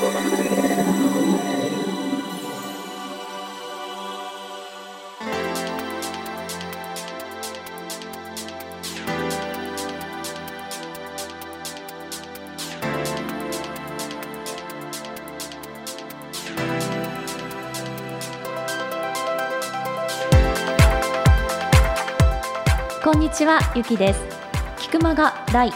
こんにちは、ゆきです。菊間が第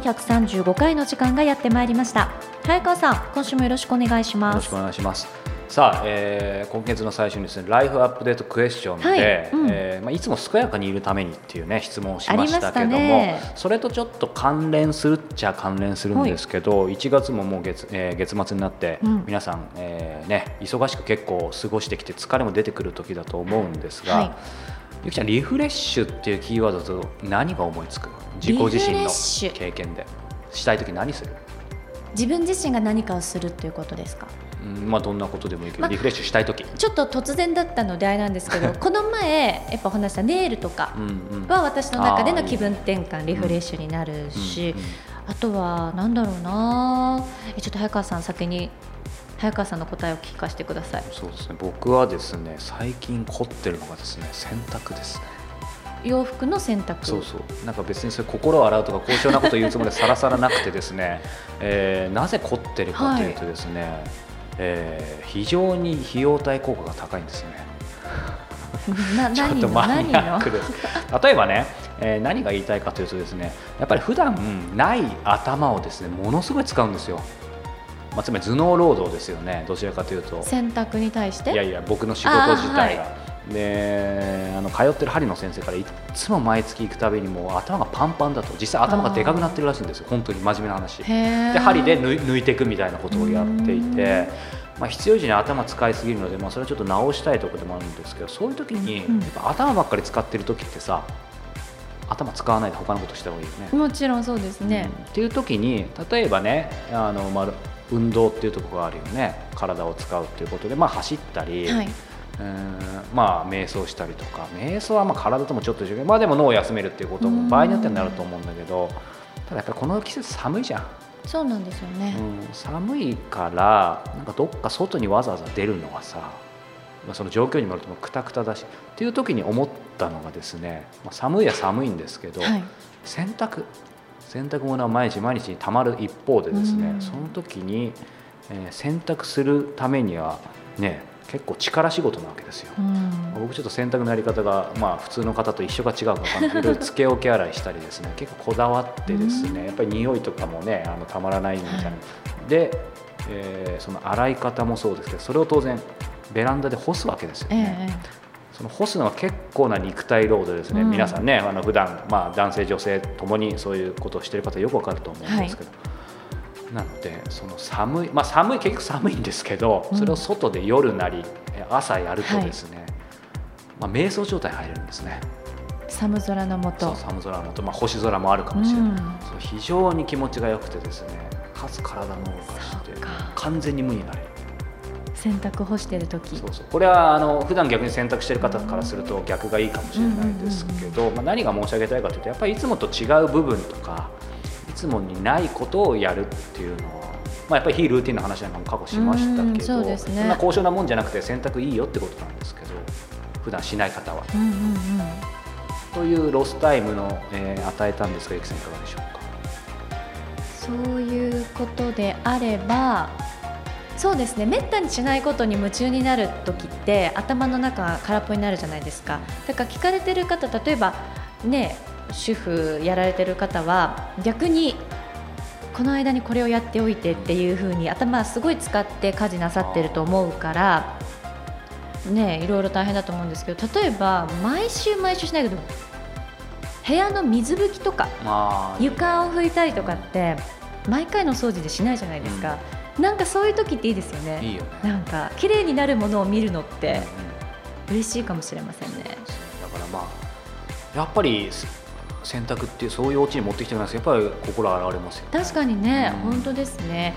435回の時間がやってまいりました。早川さん、今週もよろしくお願いします。 よろしくお願いします。さあ、今月の最初にですね、ライフアップデートクエスチョンで、いつも健やかにいるためにっていうね質問をしましたけども、それとちょっと関連するっちゃ関連するんですけど、1月ももう月末になって、皆さん、忙しく結構過ごしてきて疲れも出てくる時だと思うんですが、ゆきちゃん、リフレッシュっていうキーワードと何が思いつく？自己自身の経験でしたい時何する？ 自分自身が何かをするっていうことですか？ どんなことでもいいけど、リフレッシュしたい時。 ちょっと突然だったのであれなんですけどこの前やっぱお話したネイルとかは私の中での気分転換、リフレッシュになるし、あとはなんだろうな、ちょっと早川さん先に早川さんの答えを聞かせてください。 そうですね、僕はですね、最近凝ってるのがですね、洗濯ですね。 洋服の洗濯。 そうそう、なんか別にそれ心を洗うとか高尚なことを言うつもりでさらさらなくてですね、なぜ凝ってるかというとですね、非常に費用対効果が高いんですね。ちょっとマニアックです。例えばね、何が言いたいかというとですね、やっぱり普段ない頭をですね、ものすごい使うんですよ。つまり頭脳労働ですよね、どちらかというと。 洗濯に対して？ いや僕の仕事自体が、で通ってる針の先生からいつも毎月行くたびにもう頭がパンパンだと、実際頭がでかくなってるらしいんですよ、本当に真面目な話で、針で抜いていくみたいなことをやっていて、必要時に頭使いすぎるので、それはちょっと直したいところでもあるんですけど、そういう時に、やっぱ頭ばっかり使ってる時ってさ、頭使わないで他のことした方がいいよね。 もちろんそうですね、 っていう時に例えばね、運動っていうところがあるよね。体を使うっていうことで、走ったり、瞑想したりとか、瞑想は体ともちょっと違う、でも脳を休めるっていうことも場合によってはなると思うんだけど、ただやっぱりこの季節寒いじゃん。 そうなんですよね、 寒いからなんかどっか外にわざわざ出るのはさ、その状況にもよるとクタクタだしっていう時に思ったのがですね、寒いは寒いんですけど、洗濯物は毎日毎日にたまる一方でですね、その時に、洗濯するためにはね、結構力仕事なわけですよ。僕ちょっと洗濯のやり方が、普通の方と一緒か違うか分からないけど、つけ置き洗いしたりですね、結構こだわってですね、やっぱり匂いとかもね、たまらないみたいな、で、その洗い方もそうですけど、それを当然ベランダで干すわけですよね。その干すのは結構な肉体労働ですね。皆さんね、普段男性女性ともにそういうことをしている方よくわかると思うんですけど、なのでその寒い、結局寒いんですけど、それを外で夜なり朝やるとですね、瞑想状態に入れるんですね。 寒空の下。 寒空の下、星空もあるかもしれない、非常に気持ちが良くてですね、かつ体も動かして完全に無になれる。 洗濯干してる時。 これは普段逆に洗濯してる方からすると逆がいいかもしれないですけど、何が申し上げたいかというと、やっぱりいつもと違う部分とかいつもにないことをやるっていうのは、やっぱり非ルーティンの話なんかも過去しましたけど、そんな高尚なもんじゃなくて洗濯いいよってことなんですけど、普段しない方は、というロスタイムの、与えたんですが、ゆきさんいかがでしょうか？ そういうことであれば、そうですね、めったにしないことに夢中になる時って頭の中が空っぽになるじゃないですか。だから聞かれてる方、例えばね、主婦やられてる方は逆にこの間にこれをやっておいてっていう風に頭すごい使って家事なさってると思うからね、いろいろ大変だと思うんですけど、例えば毎週しないけど部屋の水拭きとか、床を拭いたりとかって毎回の掃除でしないじゃないですか。なんかそういう時っていいですよね。 いいよね。 なんか綺麗になるものを見るのって嬉しいかもしれませんね。だからやっぱり洗濯っていうそういうお家に持ってきてくれますけど、やっぱり心洗われますよね。 確かにね、本当ですね。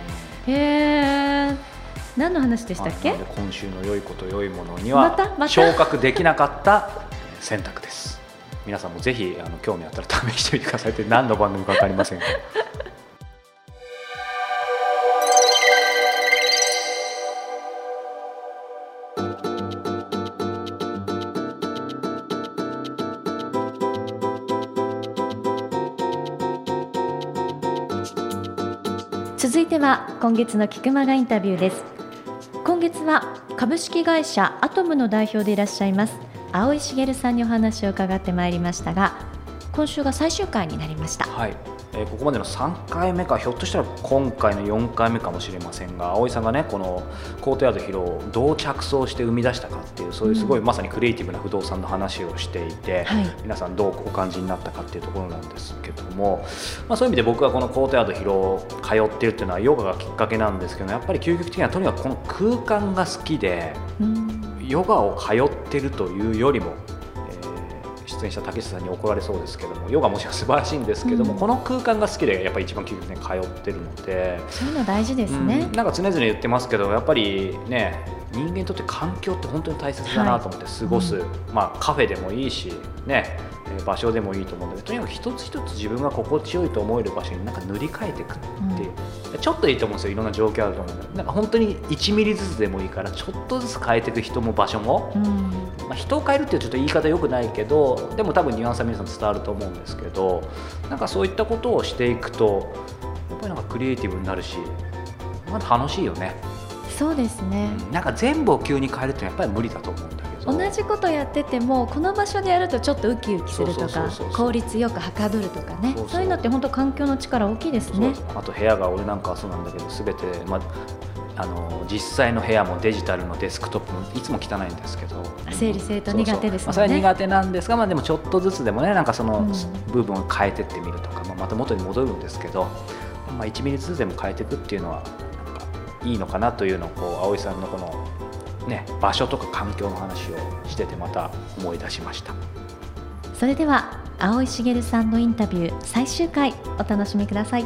何の話でしたっけ？ 今週の良いこと良いものには昇格できなかった洗濯です。皆さんもぜひ興味あったら試してみてくださいって、何の番組か分かりませんが続いては今月のキクマガインタビューです。今月は株式会社アトムの代表でいらっしゃいます青井茂さんにお話を伺ってまいりましたが、今週が最終回になりました。 はい、ここまでの3回目か、ひょっとしたら今回の4回目かもしれませんが、青井さんがねこのコートヤード広をどう着想して生み出したかっていう、そういうすごいまさにクリエイティブな不動産の話をしていて、皆さんどうお感じになったかっていうところなんですけども、そういう意味で僕はこのコートヤード広を通っているっていうのはヨガがきっかけなんですけど、やっぱり究極的にはとにかくこの空間が好きで、ヨガを通ってるというよりも、出演した竹下さんに怒られそうですけども、ヨガもちろん素晴らしいんですけども、この空間が好きでやっぱり一番究極的に通ってるので、 そういうの大事ですね。 なんか常々言ってますけど、やっぱりね、人間にとって環境って本当に大切だなと思って過ごす、カフェでもいいしね、場所でもいいと思うので、とにかく一つ一つ自分が心地よいと思える場所になんか塗り替えていくっていう、ちょっといいと思うんですよ。いろんな状況あると思うので、なんか本当に1ミリずつでもいいからちょっとずつ変えていく、人も場所も、人を変えるっていうちょっと言い方良くないけど、でも多分ニュアンスは皆さん伝わると思うんですけど、なんかそういったことをしていくとやっぱりなんかクリエイティブになるし、楽しいよね。 そうですね、 なんか全部を急に変えるってやっぱり無理だと思うんだけど、 同じことやっててもこの場所でやるとちょっとウキウキするとか、効率よくはかどるとかね、そういうのって本当環境の力大きいですね。 あと部屋が、俺なんかはそうなんだけど、全て、実際の部屋もデジタルのデスクトップもいつも汚いんですけど、 整理整頓苦手ですもんね。 それは苦手なんですが、でもちょっとずつでもね、なんかその部分を変えてってみるとか、また元に戻るんですけど、1ミリずつでも変えていくっていうのはなんかいいのかなというのを、青井さんのこのね、場所とか環境の話をしててまた思い出しました。 それでは青井茂さんのインタビュー最終回お楽しみください。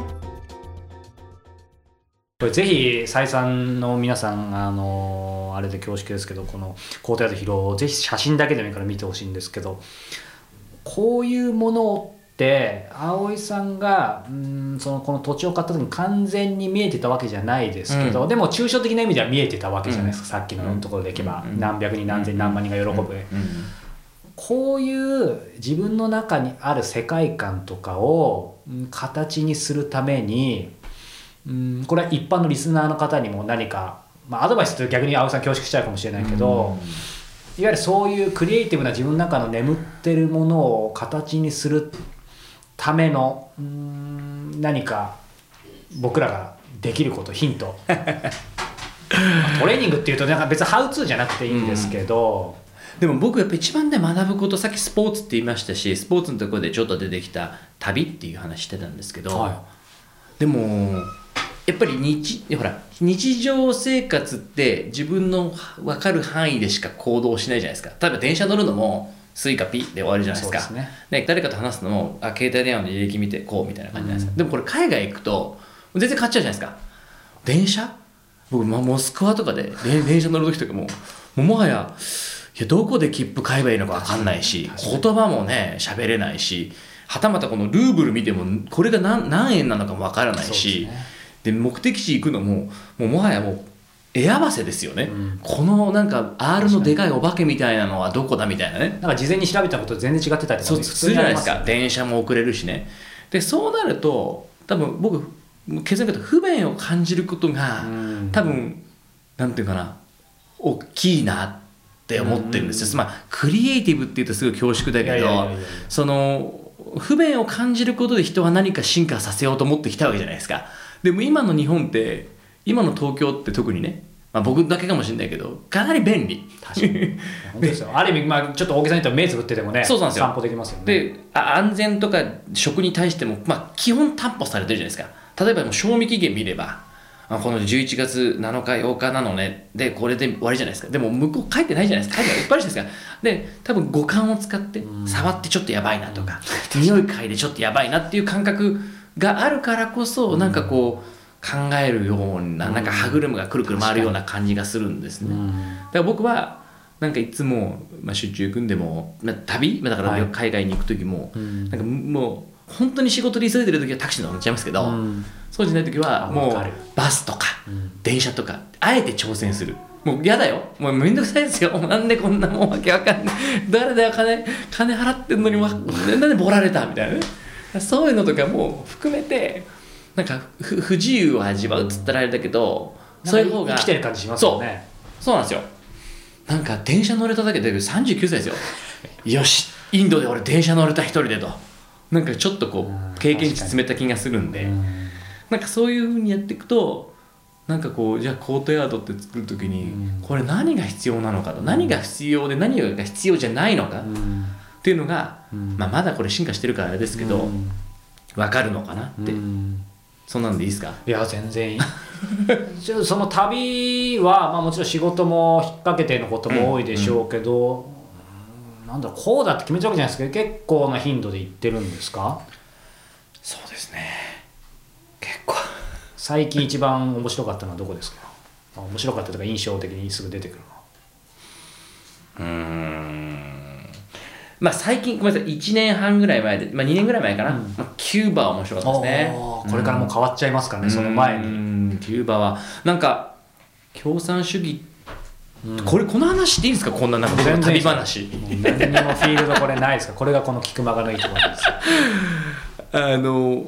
これぜひ再三の皆さん、あれで恐縮ですけど、このコートヤード広をぜひ写真だけでもいいから見てほしいんですけど、こういうものって青井さんがこの土地を買った時に完全に見えてたわけじゃないですけど、でも抽象的な意味では見えてたわけじゃないですか、さっきのところでいけば、何百人何千何万人が喜ぶ、こういう自分の中にある世界観とかを形にするために、これは一般のリスナーの方にも何か、アドバイスって逆に青井さん恐縮しちゃうかもしれないけど、いわゆるそういうクリエイティブな自分の中の眠ってるものを形にするための何か僕らができること、ヒントトレーニングっていうとなんか別にハウツーじゃなくていいんですけど、 でも僕やっぱ一番ね学ぶこと、さっきスポーツって言いましたし、スポーツのところでちょっと出てきた旅っていう話してたんですけど、でもやっぱり日常生活って自分の分かる範囲でしか行動しないじゃないですか。例えば電車乗るのもスイカピで終わりじゃないですか。そうですね。誰かと話すのも携帯電話の履歴見てこうみたいな感じじゃないですか。でもこれ海外行くと全然変わっちゃうじゃないですか。電車、僕モスクワとかで電車乗る時とかももはやどこで切符買えばいいのか分かんないし、言葉もね喋れないし、はたまたこのルーブル見てもこれが 何円なのかも分からないし、で目的地行くのももはや絵合わせですよね、このなんか R のでかいお化けみたいなのはどこだみたいなね、 なんか事前に調べたことと全然違ってたりとか、 普通じゃないですか。電車も遅れるしね。でそうなると多分僕結論言うと不便を感じることが多分なんていうかな、大きいなって思ってるんですよ。クリエイティブっていうとすごい恐縮だけど、その不便を感じることで人は何か進化させようと思ってきたわけじゃないですか。でも今の日本って、今の東京って特にね、僕だけかもしれないけどかなり便利。 確かに本当ですよ。ある意味、ちょっと大げさに言ったら目つぶっててもね、散歩できますよね。 で安全とか食に対しても、基本担保されてるじゃないですか。例えばもう賞味期限見ればこの11月7日8日なのねでこれで終わりじゃないですか。でも向こう書いてないじゃないですか。書いてないいっぱいあるじゃないですか。で多分五感を使って触ってちょっとやばいなとか、匂い嗅いでちょっとやばいなっていう感覚があるからこそ、なんかこう考えるような、なんか歯車がくるくる回るような感じがするんですね。だから僕はなんかいつも、出張組んでも、旅だから海外に行く時も、なんかもう本当に仕事で急いでる時はタクシー乗っちゃいますけど、そうじゃない時はもうバスとか電車とかあえて挑戦する。もう嫌だよ、もうめんどくさいですよ、なんでこんなもんわけわかんない誰だよ金払ってんのになんでボラれたみたいなね、そういうのとかも含めてなんか不自由を味わうっつったらあれだけど、そういう方が生きてる感じしますよね。 そうなんですよ。なんか電車乗れただけで39歳ですよ。よし、インドで俺電車乗れた一人でと、なんかちょっとこう経験値詰めた気がするんで、なんかそういう風にやっていくと、なんかこうじゃあコートヤードって作る時にこれ何が必要なのかと、何が必要で何が必要じゃないのかっていうのが、まだこれ進化してるからあれですけど、分かるのかなって。そんなんでいいですか？ いや全然いいその旅は、もちろん仕事も引っ掛けてのことも多いでしょうけど、なんだろう、こうだって決めちゃうわけじゃないですけど、結構な頻度で行ってるんですか？ そうですね、結構。 最近一番面白かったのはどこですか？面白かったとか印象的にすぐ出てくるの。最近ごめんなさい、1年半ぐらい前で、2年ぐらい前かな、キューバは面白かったですね。 これからもう変わっちゃいますからね、その前に。 キューバはなんか共産主義、この話でいいんですか？こんななんか旅話。 何にもフィールドこれないですか？これがこの菊間がのいいところです。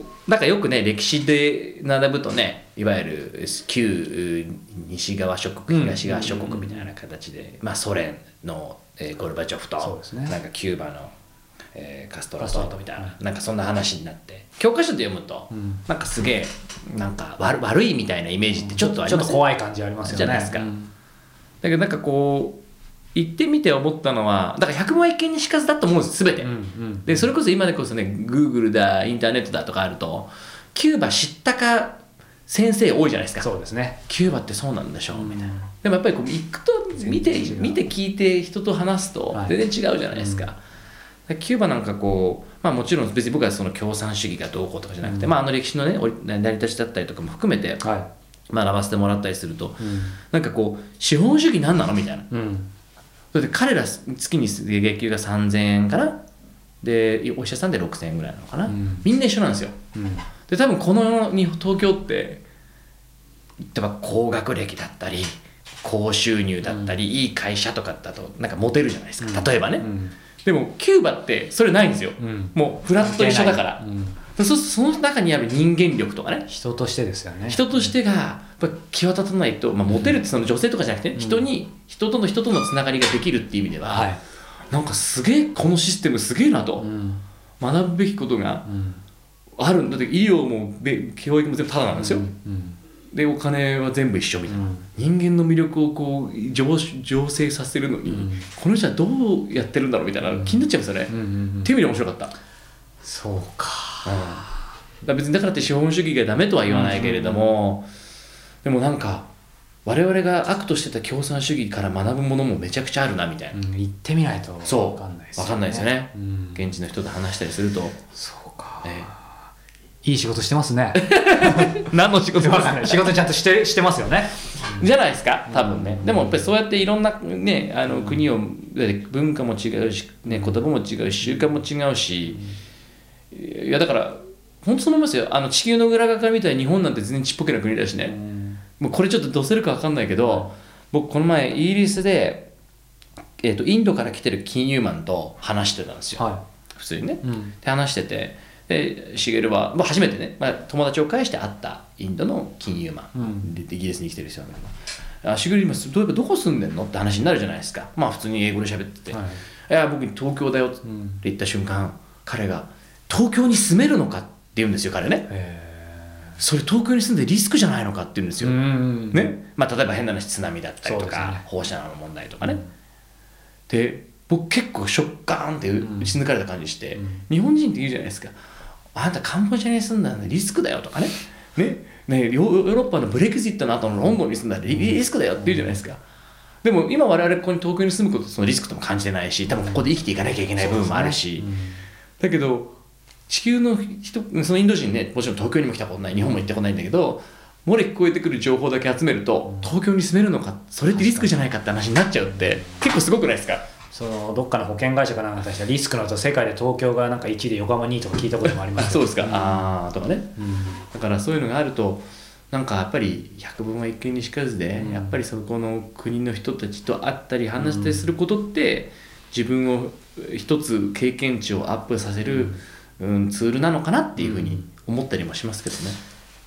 なんかよくね、歴史で学ぶとね、いわゆる旧西側諸国、東側諸国みたいな形で、ソ連のゴルバチョフと、なんかキューバのカストロとみたいな、なんかそんな話になって、教科書で読むと、なんかすげえなんか悪いみたいなイメージってちょっとありますね。 ちょっと怖い感じありますよね。 じゃないですか。だけどなんかこう行ってみて思ったのは、だから百万一見にしかずだと思うんです、全て。でそれこそ今でこそね、Google だインターネットだとかあると、キューバ知ったか先生多いじゃないですか。 そうですね。 キューバってそうなんでしょうみたいな。でもやっぱりこう行くと見て聞いて人と話すと全然違うじゃないですか。キューバなんかこう、もちろん別に僕はその共産主義がどうこうとかじゃなくて、歴史のね成り立ちだったりとかも含めて学ばせてもらったりすると、なんかこう資本主義何なのみたいな。だって彼ら月に月給が3000円かな、でお医者さんで6000円ぐらいなのかな、みんな一緒なんですよ。で多分この東京って例えば高学歴だったり高収入だったり、いい会社とかだとなんかモテるじゃないですか、例えばね。でもキューバってそれないんですよ。もうフラット一緒だから。その中にある人間力とかね、 人としてですよね。 人としてがやっぱ際立たないと、モテるってその女性とかじゃなくて、人とのつながりができるっていう意味では、なんかすげえこのシステムすげえなと、学ぶべきことがあるんだって。医療も教育も全部タダなんですよ。でお金は全部一緒みたいな、人間の魅力をこう醸成させるのに、この人はどうやってるんだろうみたいな気になっちゃいますよね。っていう意味で面白かった。 そうか。 別にだからって資本主義がダメとは言わないけれども、でもなんか我々が悪としてた共産主義から学ぶものもめちゃくちゃあるなみたいな。 行ってみないと分かんないですよね。 分かんないですよね。現地の人と話したりすると。 そうか。いい仕事してますね。 何の仕事ですか？仕事ちゃんとしてますよね。 じゃないですか、多分ね。でもやっぱりそうやっていろんなね、国を文化も違うし、言葉も違うし、習慣も違うし、いやだから本当そう思いますよ。地球の裏側から見たら日本なんて全然ちっぽけな国だしね。もうこれちょっとどうするか分かんないけど、僕この前イギリスで、インドから来てる金融マンと話してたんですよ、普通にね。で話してて、でシゲルは、初めてね、友達を介して会ったインドの金融マン、でイギリスに来てる人なんだけど、シゲル今どこ住んでんのって話になるじゃないですか。普通に英語で喋ってて、いや僕東京だよって言った瞬間、彼が東京に住めるのかって言うんですよ、彼ね。それ東京に住んでリスクじゃないのかって言うんですよ、ね。例えば変な話、津波だったりとか、放射能の問題とかね。で僕結構ショッカーンって死抜かれた感じして、日本人って言うじゃないですか、あんたカンボジアに住んだらリスクだよとかね、ヨーロッパのブレクジットの後のロンドンに住んだらリスクだよって言うじゃないですか。でも今我々ここに東京に住むことそのリスクとも感じてないし、多分ここで生きていかなきゃいけない部分もあるし、だけど地球の人、そのインド人ね、もちろん東京にも来たことない、日本も行ったことないんだけど、漏れ聞こえてくる情報だけ集めると、東京に住めるのか、それってリスクじゃないかって話になっちゃうって結構すごくないですか？ どっかの保険会社かなんかに対してはリスクのと世界で東京がなんか1位で横浜2位とか聞いたこともありますそうですか、とかね、だからそういうのがあると、なんかやっぱり百聞は一見にしかずで、やっぱりそこの国の人たちと会ったり話したりすることって、自分を一つ経験値をアップさせる、ツールなのかなっていうふうに思ったりもしますけどね。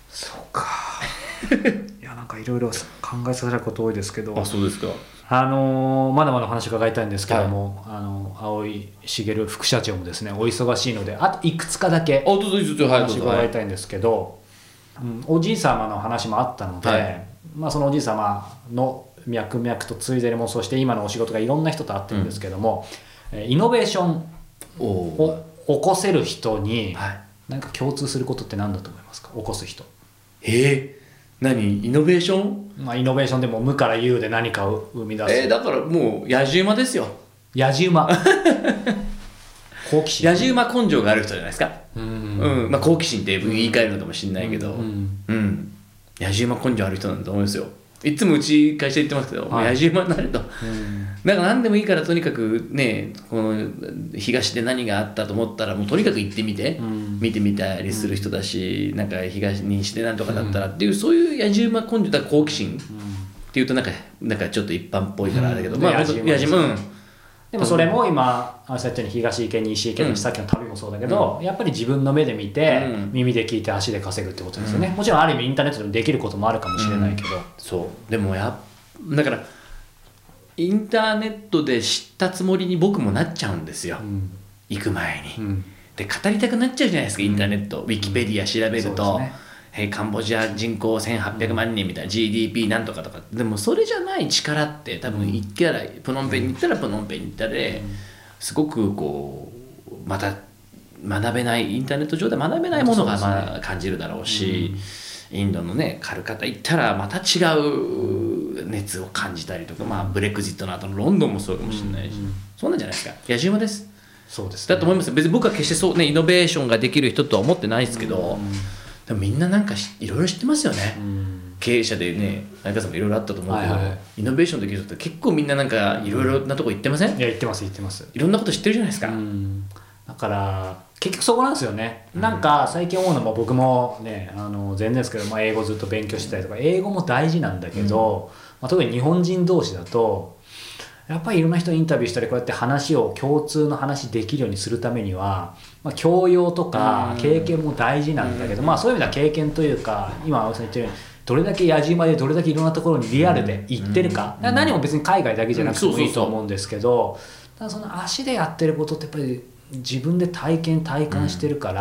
そうかいやなんかいろいろ考えさせられること多いですけど、 あ、そうですか。 まだまだお話伺いたいんですけども、青井茂副社長もですねお忙しいのであといくつかだけお話伺いたいんですけど、おじい様の話もあったので、そのおじい様の脈々と継いでるもそして今のお仕事がいろんな人と会ってるんですけども、イノベーションを起こせる人に何か共通することって何だと思いますか？起こす人。 何イノベーション？ イノベーションでも無から有で何かを生み出す。 だからもう野じ馬ですよ。 野じ馬好奇心。 野じ馬根性がある人じゃないですか。好奇心って言い換えるのかもしれないけど、野じ馬根性ある人なんだと思いますよ。いつもうち会社言ってますけど、野じ馬になると、だから何でもいいからとにかくね、この東で何があったと思ったらもうとにかく行ってみて、見てみたりする人だし、なんか東にしてなんとかだったらっていう、そういう野じ馬根性だから好奇心っていうとなんかちょっと一般っぽいからあれだけど、野じ馬でもそれも今さっき言ったように東池西池のさっきの旅もそうだけど、やっぱり自分の目で見て、耳で聞いて足で稼ぐってことですよね。もちろんある意味インターネットでもできることもあるかもしれないけど、 そうでもだからインターネットで知ったつもりに僕もなっちゃうんですよ、行く前に、で語りたくなっちゃうじゃないですか、インターネット、ウィキペディア調べると、カンボジア人口1800万人みたいな GDP なんとかとか、でもそれじゃない力って多分行ったらプノンペンに行ったらプノンペンに行ったですごくこうまた学べないインターネット上で学べないものが感じるだろうし、インドのねカルカタ行ったらまた違う熱を感じたりとか、ブレクジットの後のロンドンもそうかもしれないし、そんなんじゃないですか。野じ馬です。 そうですね、 だと思います。別に僕は決してそうねイノベーションができる人とは思ってないですけど、でもみんななんかいろいろ知ってますよね、経営者でね、相川さんもいろいろあったと思うけど、イノベーションできる人って結構みんななんかいろいろなとこ行ってません？ いや行ってますいろんなこと知ってるじゃないですか。 だから結局そこなんですよね。なんか最近思うのも僕もね全然ですけど、英語ずっと勉強してたりとか英語も大事なんだけど、特に日本人同士だとやっぱりいろんな人にインタビューしたりこうやって共通の話できるようにするためには、教養とか経験も大事なんだけど、そういう意味では経験というか今青井さん言ってるようにどれだけ野じ馬でどれだけいろんなところにリアルで行ってるか、何も別に海外だけじゃなくてもいいと思うんですけど、ただその足でやってることってやっぱり自分で体感してるから、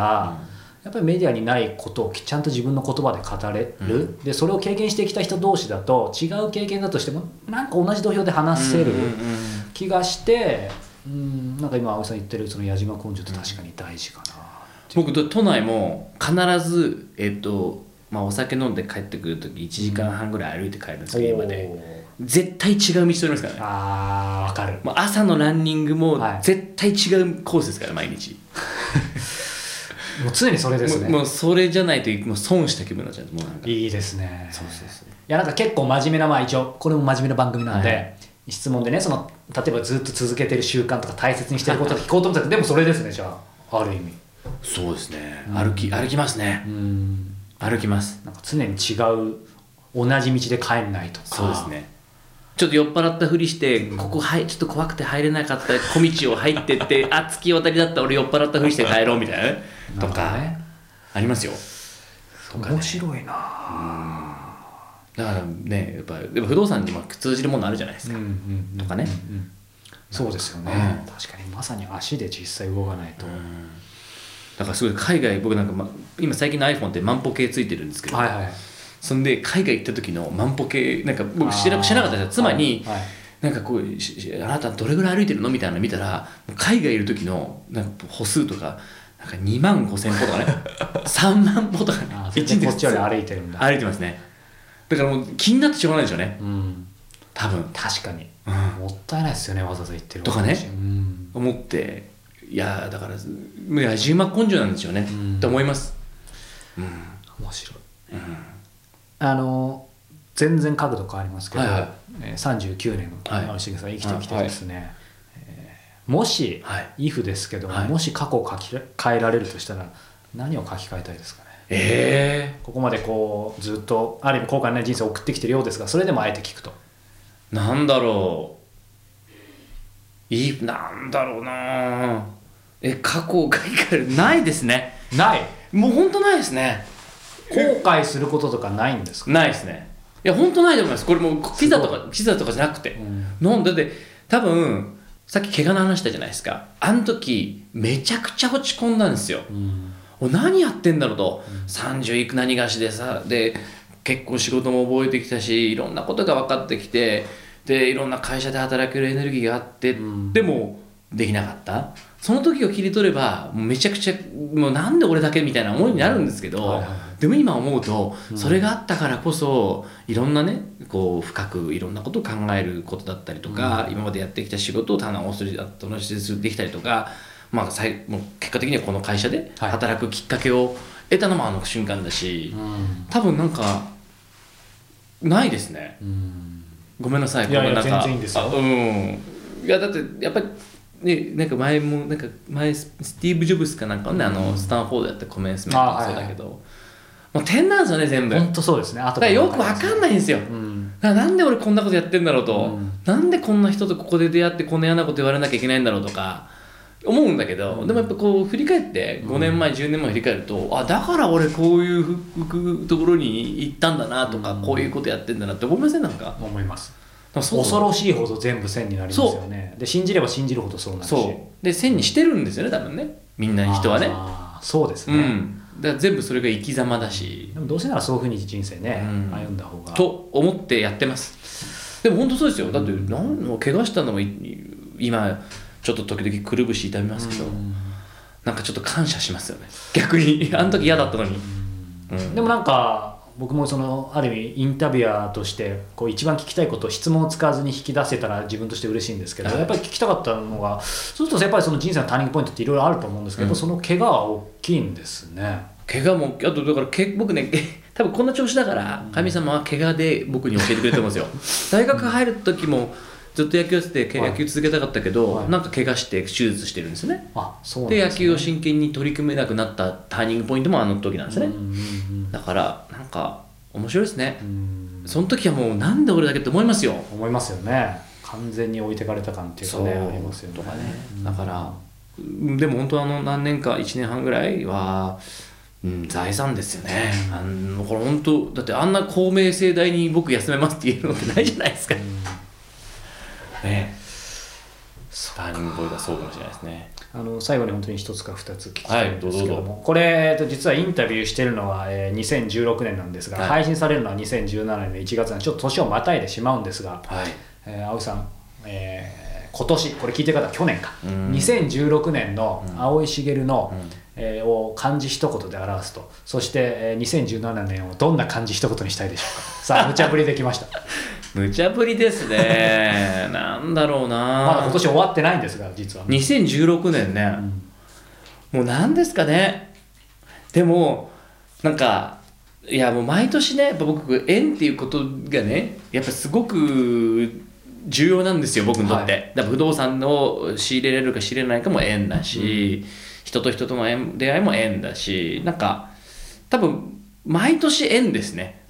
やっぱりメディアにないことをちゃんと自分の言葉で語れる、でそれを経験してきた人同士だと違う経験だとしてもなんか同じ土俵で話せる気がして、なんか今青井さん言ってるその野じ馬根性って確かに大事かな。 僕都内も必ずお酒飲んで帰ってくるとき1時間半ぐらい歩いて帰るんですけど、今で絶対違う道取りますからね。 分かる。 朝のランニングも絶対違うコースですから毎日もう常にそれですね。 もうそれじゃないともう損した気分になっちゃう。もうなんかいいですね。 そういやなんか結構真面目な、一応これも真面目な番組なんで、質問でね例えばずっと続けてる習慣とか大切にしてることを聞こうと思ったらでもそれですね。じゃあある意味そうですね。歩きますね。歩きます。 なんか常に違う同じ道で帰んないとか。 そうですね。ちょっと酔っ払ったふりして、ここちょっと怖くて入れなかった小道を入ってって突き渡りだったら俺酔っ払ったふりして帰ろうみたいなとかありますよ。 面白いな。 だからねやっぱでも不動産にも通じるものあるじゃないですか、とかね、 そうですよね、確かにまさに足で実際動かないと、 だからすごい海外僕なんか、今最近の iPhone って万歩計ついてるんですけど、そんで海外行った時の万歩計なんか僕知らなかったですよ。妻に、なんかこうあなたどれぐらい歩いてるのみたいなの見たら海外いる時のなんか歩数とかなんか2万5,000歩とかね3万歩とかね 1日こっちより歩いてるんだ。 歩いてますね。だからもう気になってしょうがないでしょうね、多分。 確かに、もったいないですよねわざわざ言ってるとかね、思って、いやだから野じ馬根性なんですよね、って思います。 面白い。全然角度変わりますけど、39年青重さん生きてきてですね、もし、if ですけど、もし過去を書き換えられるとしたら何を書き換えたいですかね。ここまでこうずっとある意味後悔のない人生を送ってきてるようですが、それでもあえて聞くとなんだろうなんだろうな。過去を書き換えるないですね。 ない。 もう本当ないですね。 後悔することとかないんですか？ ないですね。いや本当ないと思います。これもうピザとかじゃなくて、なんだって多分さっき怪我の話したじゃないですか。あの時めちゃくちゃ落ち込んだんですよ、何やってんだろうと、30いく何がしでさ、で結構仕事も覚えてきたし、いろんなことが分かってきて、でいろんな会社で働けるエネルギーがあって、でもできなかった。その時を切り取ればもうめちゃくちゃもうなんで俺だけみたいな思いになるんですけど、でも今思うとそれがあったからこそいろんなねこう深くいろんなことを考えることだったりとか、今までやってきた仕事を棚卸しできたりとか、まあ、もう結果的にはこの会社で働くきっかけを得たのもあの瞬間だし、多分なんかないですね。ごめんなさい。 いやいや全然いいんですよ。 いやだってやっぱりね、なんか前スティーブ・ジョブスかなんかね、スタンフォードやったコメンスメントもそうだけど、もう点なんですよね全部。 本当そうですね。 だからよく分かんないんですよ、だからなんで俺こんなことやってんだろうと、なんでこんな人とここで出会ってこんな嫌なこと言われなきゃいけないんだろうとか思うんだけど、でもやっぱこう振り返って5年前10年前振り返ると、あだから俺こういうところに行ったんだなとか、こういうことやってんだなって思いません？なんか思います。恐ろしいほど全部線になりますよね。で信じれば信じるほどそうなるし、 で線にしてるんですよね多分ね、みんな人はね。 そうですね、 だから全部それが生き様だし、 でもどうせならそういうふうに人生ね、歩んだ方がと思ってやってます。でも本当そうですよ。だって怪我したのも今ちょっと時々くるぶし痛みますけど、なんかちょっと感謝しますよね逆にあの時嫌だったのに。 でもなんか僕もそのある意味インタビュアーとしてこう一番聞きたいことを質問を使わずに引き出せたら自分として嬉しいんですけど、やっぱり聞きたかったのが、そうするとやっぱりその人生のターニングポイントっていろいろあると思うんですけど、その怪我は大きいんですね。 怪我もあとだから僕ね多分こんな調子だから神様は怪我で僕に教えてくれてるんですよ大学入る時もずっと野球やってて野球続けたかったけど、なんか怪我して手術してるんですよね。で野球を真剣に取り組めなくなったターニングポイントもあの時なんですね。だからなんか面白いですね。その時はもうなんで俺だけって思いますよ。 思いますよね。完全に置いてかれた感っていうかね、ありますよね。 とかね。だからでも本当何年か1年半ぐらいは、財産ですよね。これ本当だってあんな公明正大に僕休めますって言えるのってないじゃないですか。ね、ターニングポイントはそうかもしれないですね。 最後に本当に一つか二つ聞きたいんですけども、これ実はインタビューしてるのは2016年なんですが、配信されるのは2017年の1月なんでちょっと年をまたいでしまうんですが、青井さん、今年これ聞いてる方は去年か、2016年の青井茂の、を漢字一言で表すと、そして、2017年をどんな漢字一言にしたいでしょうか。さあ無茶ぶりできました無茶ぶりですねなんだろうな、 まだ今年終わってないんですが実は 2016年ね、もう何ですかね。でもなんかいやもう毎年ねやっぱ僕縁っていうことがねやっぱすごく重要なんですよ僕にとって、だから不動産を仕入れれるか仕入れないかも縁だし、人と人との出会いも縁だし、なんか多分毎年縁ですね。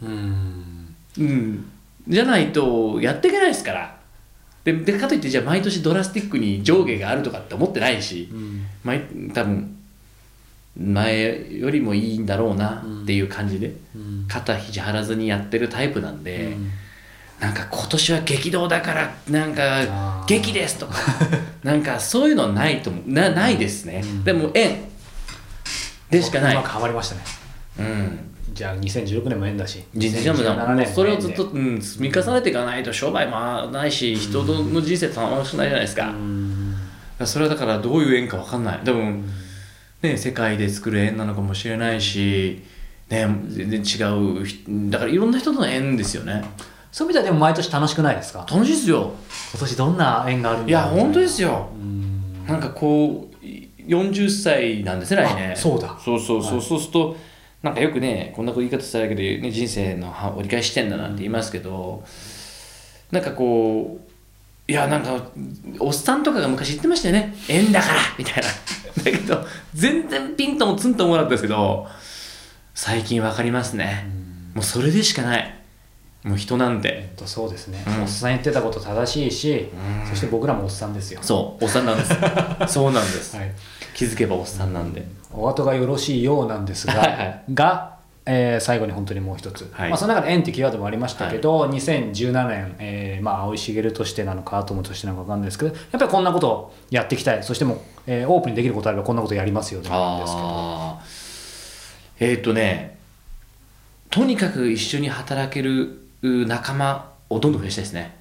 じゃないとやっていけないですから。でかといってじゃあ毎年ドラスティックに上下があるとかって思ってないし、多分前よりもいいんだろうなっていう感じで、肩肘張らずにやってるタイプなんで、なんか今年は激動だからなんか激ですとかなんかそういうのはないと思うないですね。でも縁でしかない。 うまくはまりましたね。じゃあ2016年も縁だし 2017年もそれをずっと、積み重ねていかないと商売もないし、人の人生楽しくないじゃないですか。それはだからどういう縁か分かんない。多分ね世界で作る縁なのかもしれないし、ね、全然違うだからいろんな人との縁ですよね。 そういう意味ではでも毎年楽しくないですか？ 楽しいですよ。 今年どんな縁があるんだろう。 いや本当ですよ。なんかこう40歳なんですね来年。 そうだ。 そうするとなんかよくねこんな言い方したらだけど、ね、人生の折り返し地点だなんて言いますけど、なんかこういやなんかおっさんとかが昔言ってましたよね、縁だからみたいなだけど全然ピンともツンともなかったですけど、最近わかりますね。もうそれでしかない。もう人なんて、 そうですね、おっさん言ってたこと正しいし、そして僕らもおっさんですよ。 そうおっさんなんですそうなんです、気づけばおっさんなんで、 お後がよろしいようなんですが、 最後に本当にもう一つ、 はい、 その中で縁ってキーワードもありましたけど、はい、2017年、青井茂としてなのかアトムとしてなのか分かんないですけど、やっぱりこんなことをやっていきたい、そしても、オープンにできることあればこんなことやりますよでもいいんですけど、 とにかく一緒に働ける仲間をどんどん増やしたいですね。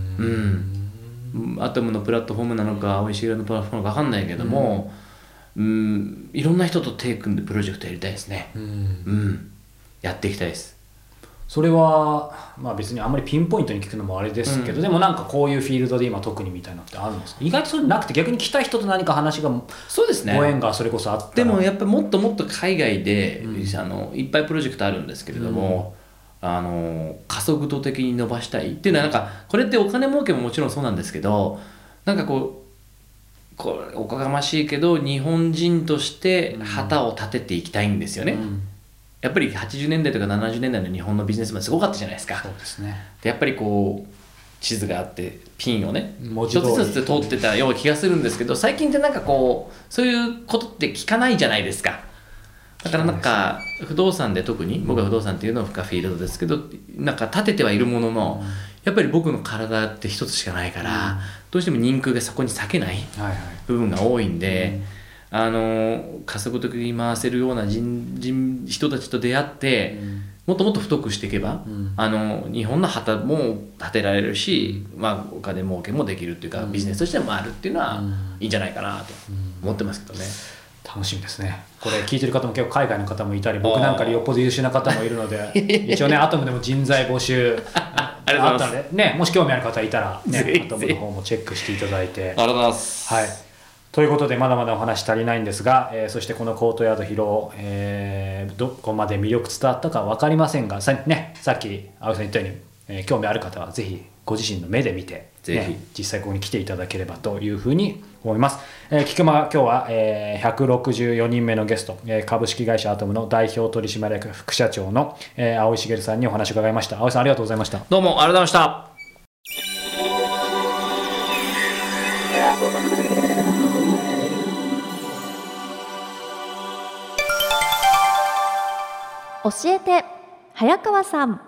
アトムのプラットフォームなのか青い茂のプラットフォームなのか分かんないけども、いろんな人と手組んでプロジェクトやりたいですね。やっていきたいです。 それは、別にあんまりピンポイントに聞くのもあれですけど、でもなんかこういうフィールドで今特にみたいなのってあるんですか？意外とそういうのなくて、逆に来た人と何か話がそうですね、 ご縁がそれこそあったら。 でもやっぱりもっともっと海外で、いっぱいプロジェクトあるんですけれども、加速度的に伸ばしたいっていうのは、なんかこれってお金儲けももちろんそうなんですけど、なんかこれおこがましいけど日本人として旗を立てていきたいんですよね。やっぱり80年代とか70年代の日本のビジネスマンすごかったじゃないですか。 そうですね。 でやっぱりこう地図があってピンをね一つずつ通ってたような気がするんですけど、最近ってなんかこうそういうことって聞かないじゃないですか。だからなんか不動産で特に僕は不動産っていうのはフィールドですけど、なんか立ててはいるものの、やっぱり僕の体って一つしかないから、どうしても人空がそこに割けない部分が多いんで、加速的に回せるような人たちと出会って、もっともっと太くしていけば、日本の旗も立てられるし、お金儲けもできるっていうか、ビジネスとしても回るっていうのはいいんじゃないかなと思ってますけどね。 楽しみですね。これ聞いてる方も結構海外の方もいたり、僕なんかよっぽど優秀な方もいるので一応ねアトムでも人材募集あったのでね、もし興味ある方いたらねアトムの方もチェックしていただいて。 ありがとうございます。 はい。ということでまだまだお話足りないんですが、そしてこのコートヤード広尾、どこまで魅力伝わったか分かりませんが、さっき青井さん言ったように、興味ある方はぜひご自身の目で見て、実際ここに来ていただければというふうに思います。菊間、今日は、164人目のゲスト、株式会社アトムの代表取締役副社長の、青井茂さんにお話を伺いました。青井さんありがとうございました。 どうもありがとうございました。 教えて早川さん。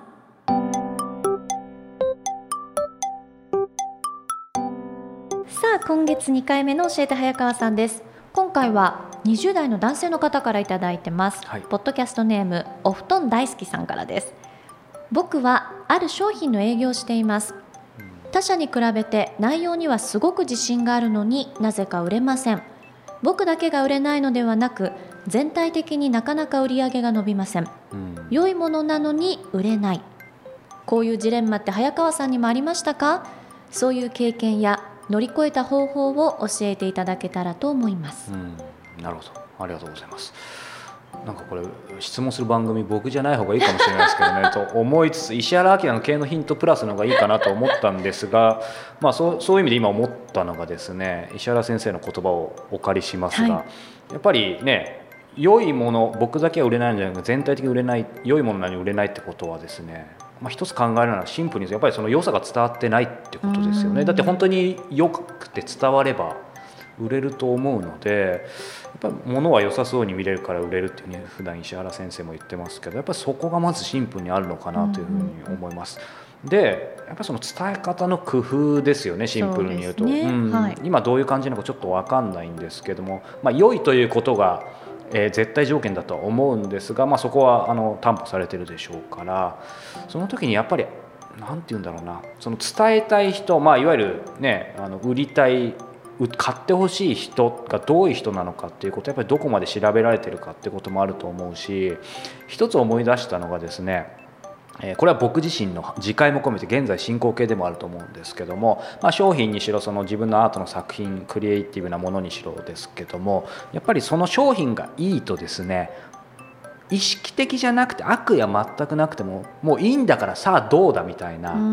今月2回目の教えて早川さんです。今回は20代の男性の方からいただいてます、ポッドキャストネームお布団大好きさんからです。僕はある商品の営業をしています。他社に比べて内容にはすごく自信があるのになぜか売れません。僕だけが売れないのではなく、全体的になかなか売り上げが伸びません。良いものなのに売れない。こういうジレンマって早川さんにもありましたか？そういう経験や乗り越えた方法を教えていただけたらと思います。 なるほど、ありがとうございます。なんかこれ質問する番組僕じゃない方がいいかもしれないですけどねと思いつつ、石原明の経営のヒントプラスの方がいいかなと思ったんですが、そういう意味で今思ったのがですね、石原先生の言葉をお借りしますが、やっぱりね、良いもの、僕だけは売れないんじゃなくて全体的に売れない、良いものなのに売れないってことはですね、一つ考えるのはシンプルにやっぱりその良さが伝わってないってことですよね。だって本当に良くて伝われば売れると思うので、やっぱり物は良さそうに見れるから売れるっていうふうに普段石原先生も言ってますけど、やっぱりそこがまずシンプルにあるのかなというふうに思います。でやっぱりその伝え方の工夫ですよね、シンプルに言うと。今どういう感じなのかちょっと分かんないんですけども、良いということが絶対条件だとは思うんですが、そこは担保されてるでしょうから、その時にやっぱりなんて言うんだろうな、その伝えたい人、いわゆるね、売りたい、買ってほしい人がどういう人なのかっていうことをやっぱりどこまで調べられてるかっていうこともあると思うし、一つ思い出したのがですね、これは僕自身の自戒も込めて現在進行形でもあると思うんですけども、商品にしろその自分のアートの作品、クリエイティブなものにしろですけども、やっぱりその商品がいいとですね、意識的じゃなくて悪や全くなくてももういいんだからさあどうだみたいな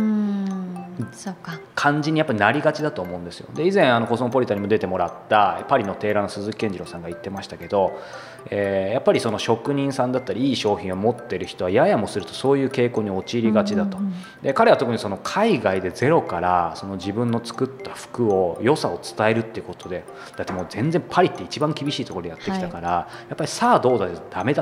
感じにやっぱりなりがちだと思うんですよ。で以前コスモポリタンにも出てもらったパリのテーラーの鈴木健次郎さんが言ってましたけど、やっぱりその職人さんだったりいい商品を持ってる人はややもするとそういう傾向に陥りがちだと。で彼は特にその海外でゼロからその自分の作った服を良さを伝えるっていうことで、だってもう全然パリって一番厳しいところでやってきたから、やっぱりさあどうだでダメだっていう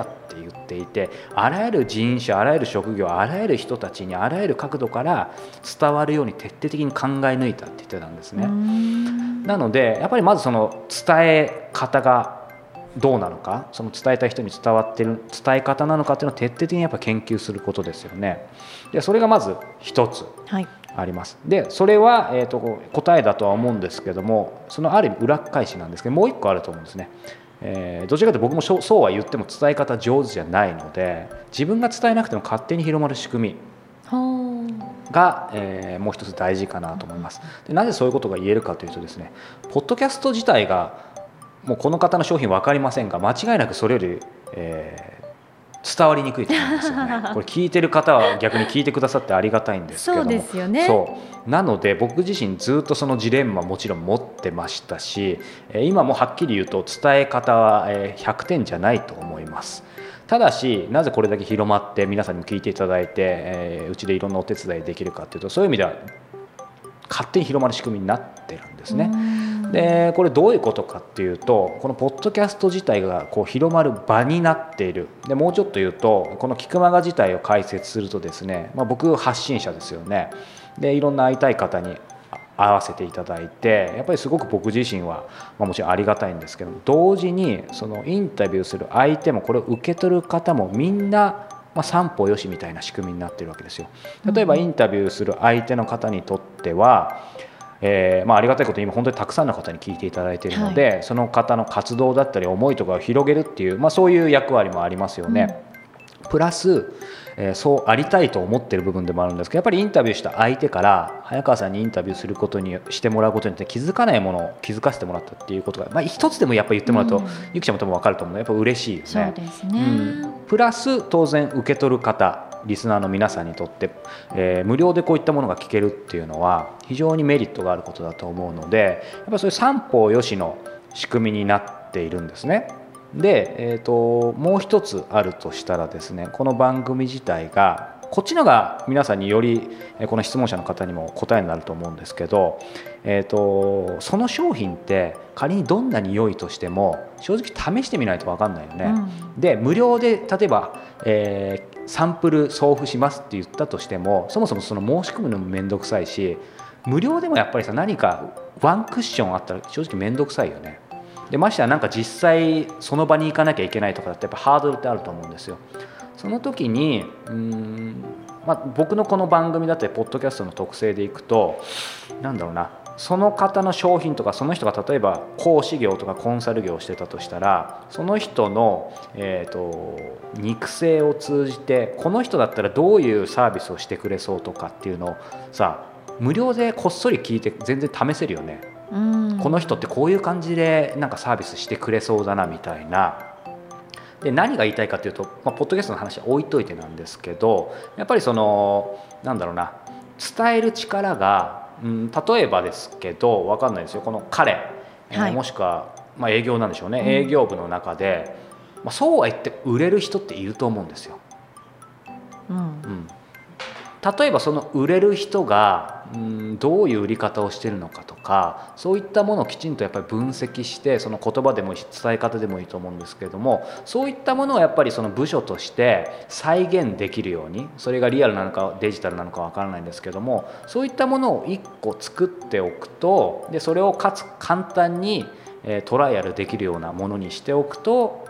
言っていて、あらゆる人種、あらゆる職業、あらゆる人たちにあらゆる角度から伝わるように徹底的に考え抜いたって言ってたんですね。なのでやっぱりまずその伝え方がどうなのか、その伝えたい人に伝わっている伝え方なのかっていうのを徹底的にやっぱ研究することですよね。でそれがまず一つあります。でそれは、答えだとは思うんですけども、そのある意味裏返しなんですけど、もう一個あると思うんですね。どちらかというと僕もそうは言っても伝え方上手じゃないので、自分が伝えなくても勝手に広まる仕組みが、もう一つ大事かなと思います。でなぜそういうことが言えるかというとですね、ポッドキャスト自体がもうこの方の商品分かりませんが、間違いなくそれより、伝わりにくいと思うんですよね。これ聞いてる方は逆に聞いてくださってありがたいんですけども、 そうですよね。 そうなので僕自身ずっとそのジレンマもちろん持ってましたし、今もはっきり言うと伝え方は100点じゃないと思います。ただしなぜこれだけ広まって皆さんにも聞いていただいて、うちでいろんなお手伝いできるかというと、そういう意味では勝手に広まる仕組みになってるんですね。でこれどういうことかっていうと、このポッドキャスト自体がこう広まる場になっている。でもうちょっと言うと、このキクマガ自体を解説するとですね、僕発信者ですよね。でいろんな会いたい方に会わせていただいて、やっぱりすごく僕自身は、もちろんありがたいんですけども、同時にそのインタビューする相手もこれを受け取る方もみんな三方よしみたいな仕組みになっているわけですよ。例えばインタビューする相手の方にとっては、ありがたいことに今本当にたくさんの方に聞いていただいているので、その方の活動だったり思いとかを広げるっていう、そういう役割もありますよね。プラス、そうありたいと思っている部分でもあるんですけど、やっぱりインタビューした相手から早川さんにインタビューすることにしてもらうことによって気づかないものを気づかせてもらったっていうことが、一つでもやっぱり言ってもらうと、ゆきちゃんも多分分かると思うのでやっぱ嬉しいよね。 そうですね。 プラス当然受け取る方、リスナーの皆さんにとって、無料でこういったものが聞けるっていうのは非常にメリットがあることだと思うので、やっぱりそういう三方よしの仕組みになっているんですね。で、もう一つあるとしたらですね、この番組自体がこっちのが皆さんによりこの質問者の方にも答えになると思うんですけど、その商品って仮にどんなに良いとしても正直試してみないと分かんないよね。で無料で例えば、サンプル送付しますって言ったとしても、そもそもその申し込むのも面倒くさいし、無料でもやっぱりさ、何かワンクッションあったら正直面倒くさいよね。でましてやなんか実際その場に行かなきゃいけないとかだってやっぱハードルってあると思うんですよ。その時に僕のこの番組だってポッドキャストの特性でいくと、なんだろうな、その方の商品とかその人が例えば講師業とかコンサル業をしてたとしたら、その人の、肉声を通じてこの人だったらどういうサービスをしてくれそうとかっていうのをさ、無料でこっそり聞いて全然試せるよね。この人ってこういう感じでなんかサービスしてくれそうだなみたいな。で何が言いたいかというと、ポッドキャストの話は置いといてなんですけど、やっぱりそのなんだろうな、伝える力が、例えばですけど分かんないですよ、この彼、もしくは、営業なんでしょうね、営業部の中で、そうは言って売れる人っていると思うんですよ。例えばその売れる人がどういう売り方をしているのかとか、そういったものをきちんとやっぱり分析して、その言葉でも伝え方でもいいと思うんですけれども、そういったものをやっぱりその部署として再現できるように、それがリアルなのかデジタルなのか分からないんですけども、そういったものを1個作っておくと、でそれをかつ簡単にトライアルできるようなものにしておくと、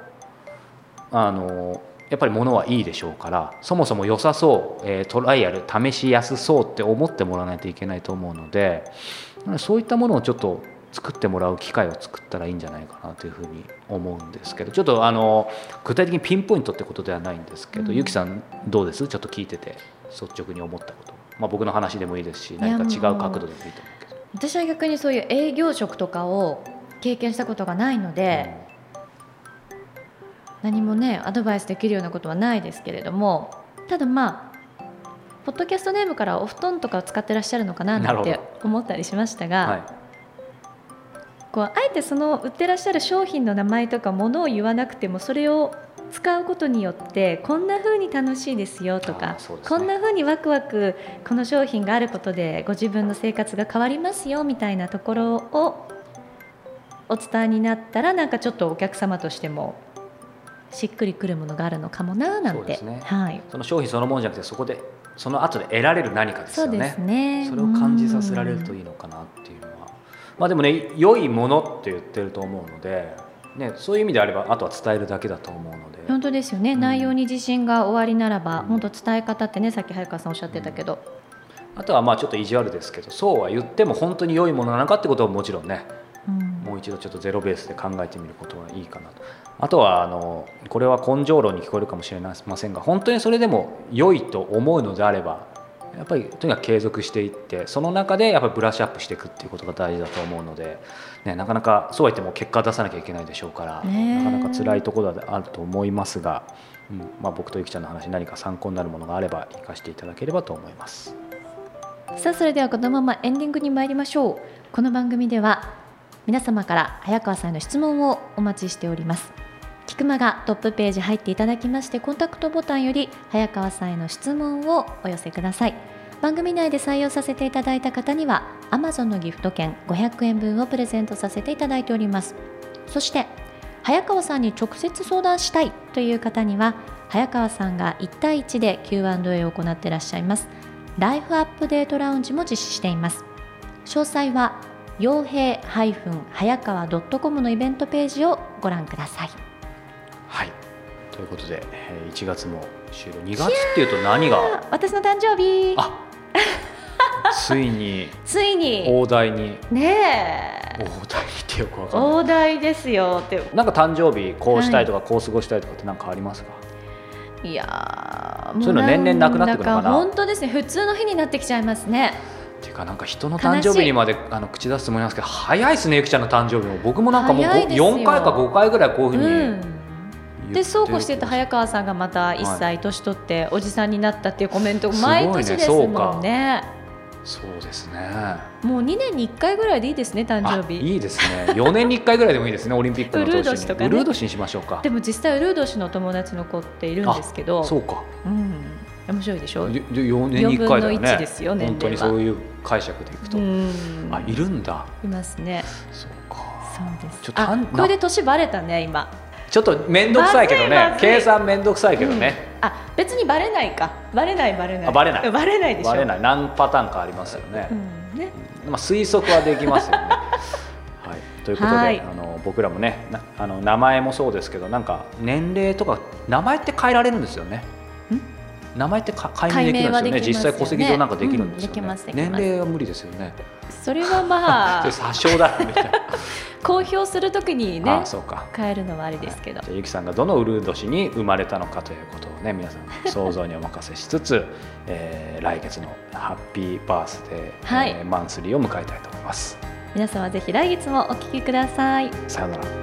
やっぱり物はいいでしょうから、そもそも良さそう、トライアル試しやすそうって思ってもらわないといけないと思うので、そういったものをちょっと作ってもらう機会を作ったらいいんじゃないかなというふうに思うんですけど、ちょっと具体的にピンポイントってことではないんですけど、ゆきさんどうです？ちょっと聞いてて率直に思ったこと、僕の話でもいいですし、何か違う角度でもいいと思うけど。 私は逆にそういう営業職とかを経験したことがないので、何もねアドバイスできるようなことはないですけれども、ただポッドキャストネームからお布団とかを使ってらっしゃるのかなって思ったりしましたが、こうあえてその売ってらっしゃる商品の名前とかものを言わなくても、それを使うことによってこんな風に楽しいですよとか、こんな風にワクワクこの商品があることでご自分の生活が変わりますよみたいなところをお伝えになったら、なんかちょっとお客様としてもしっくりくるものがあるのかもななんて。 そうですね、 はい、 その商品そのものじゃなくてその後で得られる何かですよね。 そうですね。 それを感じさせられるといいのかなっていうのは、まあでもね、良いものって言ってると思うので、ね、そういう意味であればあとは伝えるだけだと思うので。 本当ですよね、内容に自信がおありならば、本当伝え方ってね、さっき早川さんおっしゃってたけど、 あとはまあちょっと意地悪ですけど、そうは言っても本当に良いものなのかってことをもちろんね、もう一度ちょっとゼロベースで考えてみることがいいかなと。あとはこれは根性論に聞こえるかもしれませんが、本当にそれでも良いと思うのであれば、やっぱりとにかく継続していって、その中でやっぱりブラッシュアップしていくっていうことが大事だと思うので、ね、なかなかそうは言っても結果出さなきゃいけないでしょうから、なかなか辛いところであると思いますが、まあ、僕とゆきちゃんの話、何か参考になるものがあれば生かしていただければと思います。 さあ、それではこのままエンディングに参りましょう。この番組では皆様から早川さんへの質問をお待ちしております。キクマがトップページ入っていただきまして、コンタクトボタンより早川さんへの質問をお寄せください。番組内で採用させていただいた方には Amazon のギフト券500円分をプレゼントさせていただいております。そして早川さんに直接相談したいという方には、早川さんが1対1で Q&A を行っていらっしゃいますライフアップデートラウンジも実施しています。詳細は陽平早川 .com のイベントページをご覧ください。 はい、ということで1月も終了。2月っていうと何が、 私の誕生日。 ついに大台にねえ、 大台ってよくわかんない。 大台ですよって。 なんか誕生日こうしたいとか、こう過ごしたいとかって何かありますか？ いやそういうの年々なくなってくるのかな。 本当ですね、普通の日になってきちゃいますね。 っていうか、なんか人の誕生日にまで口出すつもりなんですけど、早いですね、ゆきちゃんの誕生日も。僕もなんかもう4回か5回ぐらいこういうふうに、 でそうこうしてると早川さんがまた1歳年取っておじさんになったっていうコメント毎年ですもんね。 そうですね。 もう2年に1回ぐらいでいいですね、誕生日。 いいですね。4年に1回ぐらいでもいいですね、オリンピックの年に。 ウルー年とかね。 ウルー年にしましょうか。 でも実際ウルー年の友達の子っているんですけど。 そうか。 面白いでしょ。 4年に1回だよね。 4分の1ですよ、年齢は。 本当にそういう解釈でいくと。いるんだ。 いますね。 そうか。 そうです。これで年バレたね、今。 ちょっと面倒くさいけどね、計算面倒くさいけどね、 別にバレないか、バレないでしょ。 バレない、何パターンかありますよね、推測はできますよね。はい、ということで、僕らもね、名前もそうですけど、なんか年齢とか名前って変えられるんですよね。名前って解明できるんですよね。実際戸籍上なんかできるんですよね。年齢は無理ですよね。 それはまあ詐称だみたいな。 公表するときにね、 そうか、 変えるのはあれですけど、 ゆきさんがどのウルー年に生まれたのかということをね、皆さん想像にお任せしつつ、来月のハッピーバースデー、マンスリーを迎えたいと思います。 皆さんはぜひ来月もお聞きください。 さようなら。